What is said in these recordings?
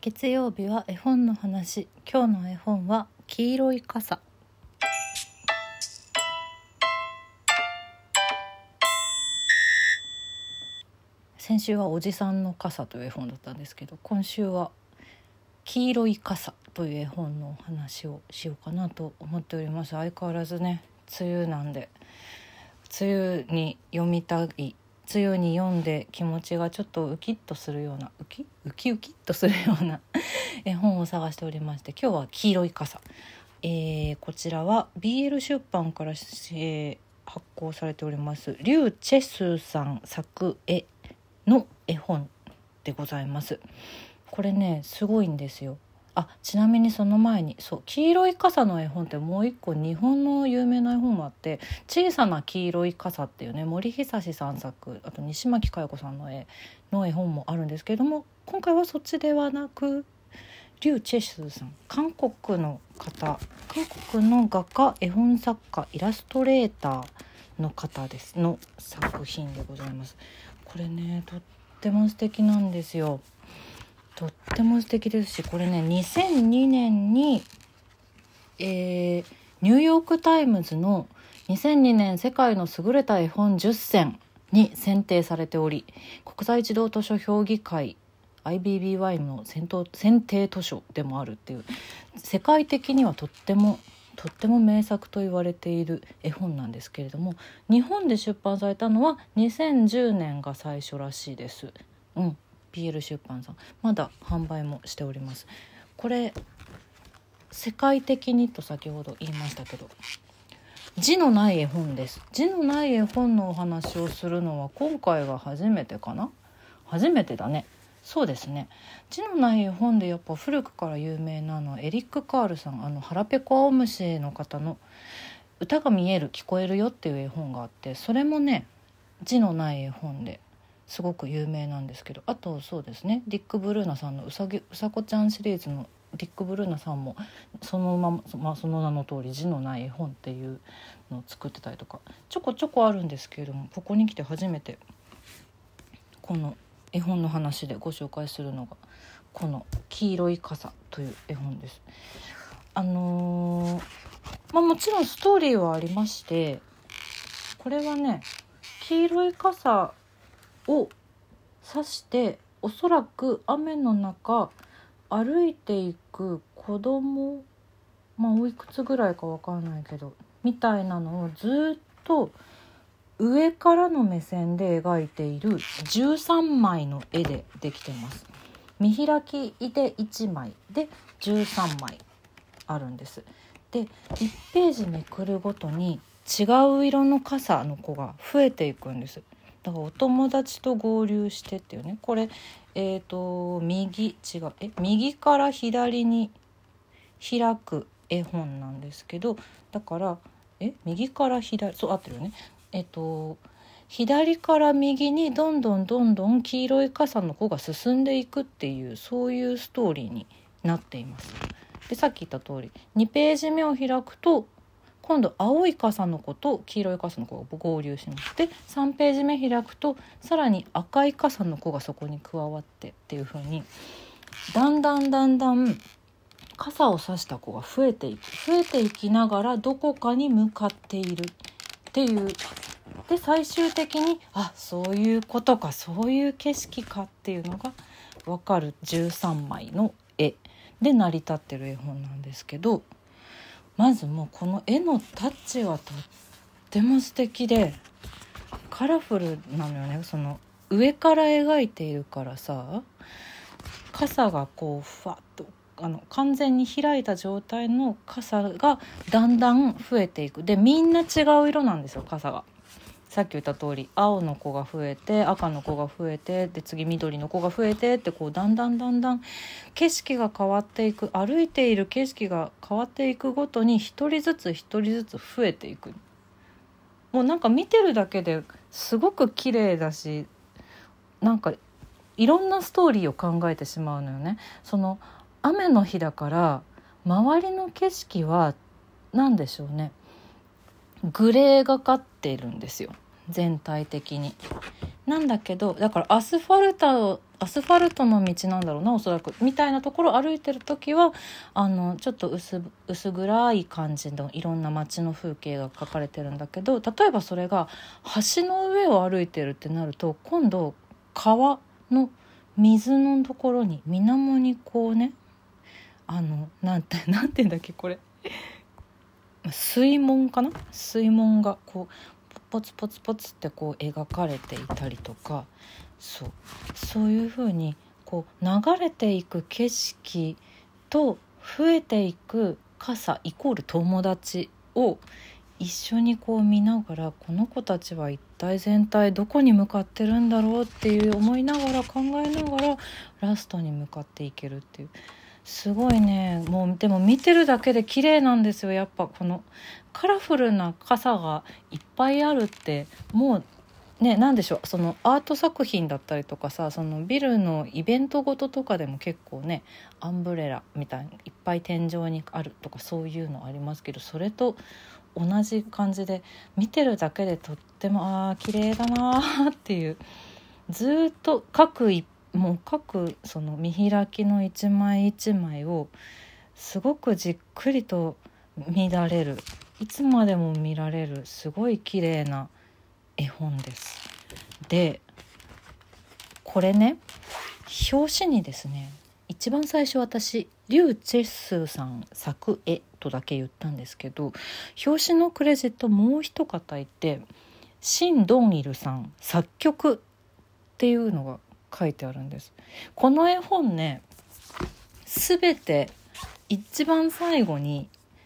月曜日は絵本の話。今日の絵本は黄色い傘。先週はおじさんの傘という絵本だったんですけど、今週は黄色い傘という絵本のお話をしようかなと思っております。相変わらずね、梅雨なんで、梅雨に読みたい、梅雨に読んで気持ちがちょっとウキッとするようなウキッとするような絵本を探しておりまして、今日は黄色い傘、こちらは BL 出版から、発行されておりますリュウ・チェスーさん作絵の絵本でございます。これねすごいんですよ。ちなみにその前に、黄色い傘の絵本ってもう一個日本の有名な絵本もあって、小さな黄色い傘っていうね、森久志さん作、あと西巻佳代子さんの絵本もあるんですけれども、今回はそっちではなくリュウ・チェスーさん、韓国の画家、絵本作家、イラストレーターの方ですの作品でございます。これねとっても素敵なんですよ。とっても素敵ですし、これね2002年に、ニューヨークタイムズの2002年世界の優れた絵本10選に選定されており、国際児童図書評議会 IBBY の選定図書でもあるっていう、世界的にはとっても名作と言われている絵本なんですけれども、日本で出版されたのは2010年が最初らしいです。BL 出版さん、まだ販売もしております。これ世界的にと先ほど言いましたけど、字のない絵本です。字のない絵本のお話をするのは今回が初めてかな。初めてだね。そうですね。字のない絵本でやっぱ古くから有名なのはエリック・カールさん、腹ペコ青虫の方の歌が見える聞こえるよっていう絵本があって、それもね字のない絵本ですごく有名なんですけど、あとそうですね、ディック・ブルーナさんのうさこちゃんシリーズのディック・ブルーナさんもその名の通り字のない絵本っていうのを作ってたりとかちょこちょこあるんですけれども、ここに来て初めてこの絵本の話でご紹介するのがこの黄色い傘という絵本です。もちろんストーリーはありまして、これはね黄色い傘を指して、おそらく雨の中歩いていく子供、おいくつぐらいか分かんないけどみたいなのをずっと上からの目線で描いている13枚の絵でできてます。見開きで1枚で13枚あるんです。で1ページめくるごとに違う色の傘の子が増えていくんです。だからお友達と合流してっていうね、これ右から左に開く絵本なんですけど、だから右から左、そう合ってるよね。左から右にどんどん黄色い傘の子が進んでいくっていう、そういうストーリーになっています。でさっき言った通り2ページ目を開くと今度青い傘の子と黄色い傘の子が合流します。で3ページ目開くとさらに赤い傘の子がそこに加わってっていう風に、だんだん傘を差した子が増えていきながらどこかに向かっているっていう。で最終的にそういうことか、そういう景色かっていうのが分かる13枚の絵で成り立ってる絵本なんですけど、まずもうこの絵のタッチはとっても素敵でカラフルなのよね。その上から描いているからさ、傘がこうふわっと完全に開いた状態の傘がだんだん増えていく。でみんな違う色なんですよ、傘が。さっき言った通り青の子が増えて赤の子が増えて、で次緑の子が増えてってこうだんだん景色が変わっていく、歩いている景色が変わっていくごとに一人ずつ増えていく。もうなんか見てるだけですごく綺麗だし、なんかいろんなストーリーを考えてしまうのよね。その雨の日だから周りの景色は何でしょうね、グレーがかっているんですよ。 全体的に。なんだけどだからアスファルトの道なんだろうな、おそらくみたいなところを歩いてる時はちょっと薄暗い感じのいろんな街の風景が描かれてるんだけど、例えばそれが橋の上を歩いてるってなると、今度川の水のところに水面にこうね、なんて言うんだっけこれ、水門かな、水門がこうポツポツポツってこう描かれていたりとか、そういう風にこう流れていく景色と増えていく傘イコール友達を一緒にこう見ながら、この子たちは一体全体どこに向かってるんだろうっていう思いながら考えながらラストに向かっていけるっていう、すごいね。もうでも見てるだけで綺麗なんですよ。やっぱこのカラフルな傘がいっぱいあるって、もうね、なんでしょう、そのアート作品だったりとかさ、そのビルのイベントごととかでも結構ね、アンブレラみたいにいっぱい天井にあるとかそういうのありますけど、それと同じ感じで見てるだけでとっても綺麗だなっていう、ずっと各その見開きの一枚一枚をすごくじっくりと見られる、いつまでも見られるすごい綺麗な絵本です。でこれね、表紙にですね、一番最初私リュウ・チェスーさん作絵とだけ言ったんですけど、表紙のクレジットもう一方いて、シン・ドンイルさん作曲っていうのが書いてあるんです。この絵本ね、すべて一番最後に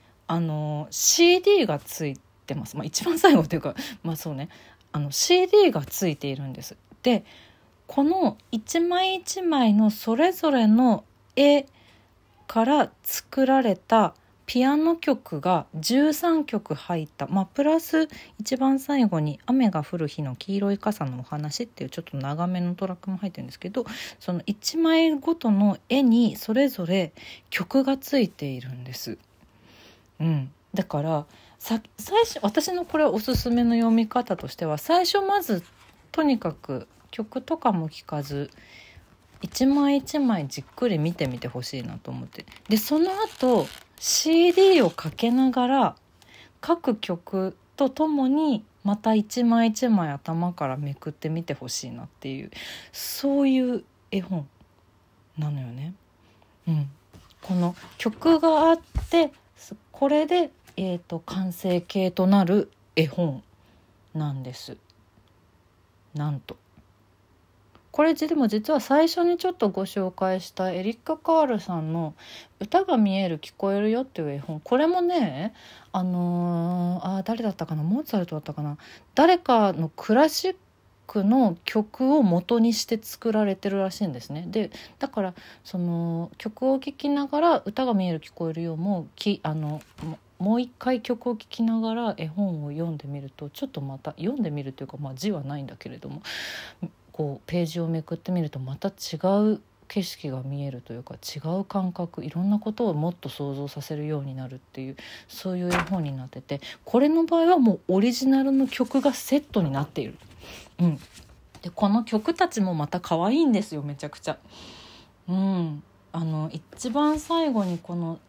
CD がついてます。一番最後というかそうね、CD がついているんです。でこの一枚一枚のそれぞれの絵から作られたピアノ曲が13曲入った、プラス一番最後に雨が降る日の黄色い傘のお話っていうちょっと長めのトラックも入ってるんですけど、その一枚ごとの絵にそれぞれ曲がついているんです。だから最初私のこれおすすめの読み方としては、最初まずとにかく曲とかも聞かず一枚一枚じっくり見てみてほしいなと思って、でその後 CD をかけながら各曲とともにまた一枚一枚頭からめくってみてほしいなっていう、そういう絵本なのよね。この曲があってこれで、完成形となる絵本なんです。なんとこれでも実は最初にちょっとご紹介したエリック・カールさんの歌が見える聞こえるよっていう絵本、これもね誰だったかな、モーツァルトだったかな、誰かのクラシックの曲を元にして作られてるらしいんですね。でだからその曲を聴きながら歌が見える聞こえるよももう一回曲を聴きながら絵本を読んでみると、ちょっとまた読んでみるというか、字はないんだけれどもこうページをめくってみるとまた違う景色が見えるというか、違う感覚、いろんなことをもっと想像させるようになるっていう、そういう絵本になってて、これの場合はもうオリジナルの曲がセットになっている。でこの曲たちもまた可愛いんですよ、めちゃくちゃ。一番最後にこの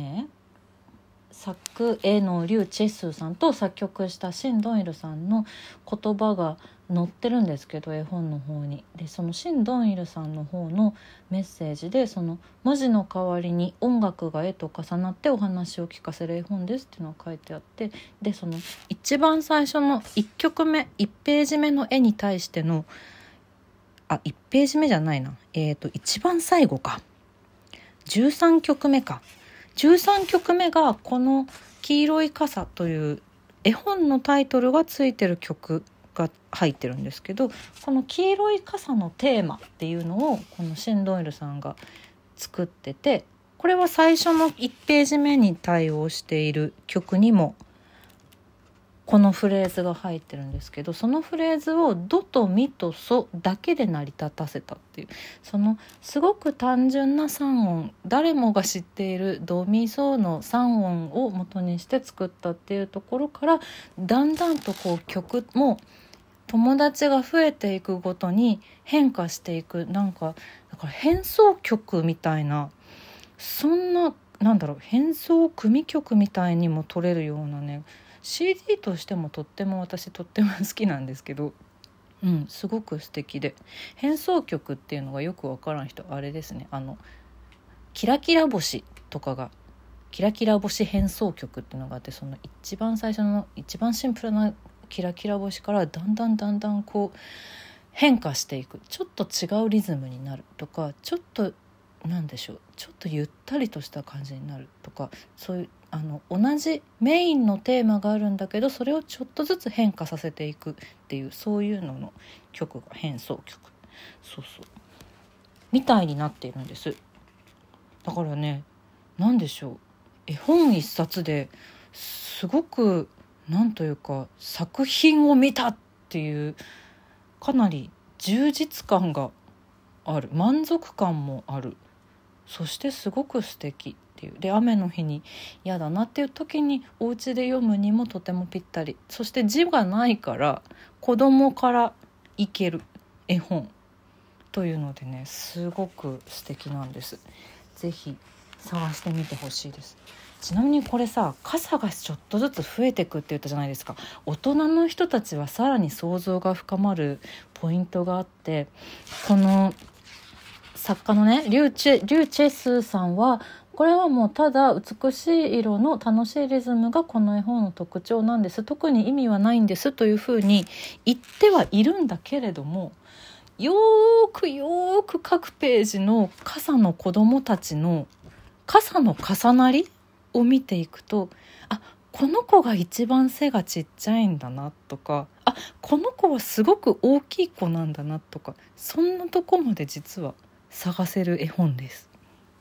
作絵のリュウ・チェスーさんと作曲したシン・ドンイルさんの言葉が載ってるんですけど、絵本の方に。でそのシン・ドンイルさんの方のメッセージで、その文字の代わりに音楽が絵と重なってお話を聞かせる絵本ですっていうのが書いてあって、でその一番最初の1曲目1ページ目の絵に対しての1ページ目じゃないな、一番最後か13曲目か13曲目がこの黄色い傘という絵本のタイトルがついてる曲が入ってるんですけど、この黄色い傘のテーマっていうのをこのシン・ドイルさんが作ってて、これは最初の1ページ目に対応している曲にもこのフレーズが入ってるんですけど、そのフレーズをドとミとソだけで成り立たせたっていう、そのすごく単純な3音、誰もが知っているドミソの3音を元にして作ったっていうところから、だんだんとこう曲も友達が増えていくごとに変化していく、だから変奏曲みたいな、そんな変奏組曲みたいにも取れるようなね、 CD としても私とっても好きなんですけど、すごく素敵で、変奏曲っていうのがよくわからん人あれですね、キラキラ星とかがキラキラ星変奏曲っていうのがあって、その一番最初の一番シンプルなキラキラ星からだんだんこう変化していく、ちょっと違うリズムになるとか、ちょっとゆったりとした感じになるとか、そういう同じメインのテーマがあるんだけど、それをちょっとずつ変化させていくっていう、そういうのの曲が変奏曲、みたいになっているんです。だからね、絵本一冊ですごく作品を見たっていう、かなり充実感がある、満足感もある、そしてすごく素敵っていう。で、雨の日に嫌だなっていう時にお家で読むにもとてもぴったり、そして字がないから子供からいける絵本というのでね、すごく素敵なんです。ぜひ探してみてほしいです。ちなみにこれさ、傘がちょっとずつ増えてくって言ったじゃないですか。大人の人たちはさらに想像が深まるポイントがあって、この作家のね、リュウチェスさんは、これはもうただ美しい色の楽しいリズムがこの絵本の特徴なんです、特に意味はないんですというふうに言ってはいるんだけれども、よーく各ページの傘の子供たちの傘の重なりを見ていくと、この子が一番背がちっちゃいんだなとか、この子はすごく大きい子なんだなとか、そんなとこまで実は探せる絵本です。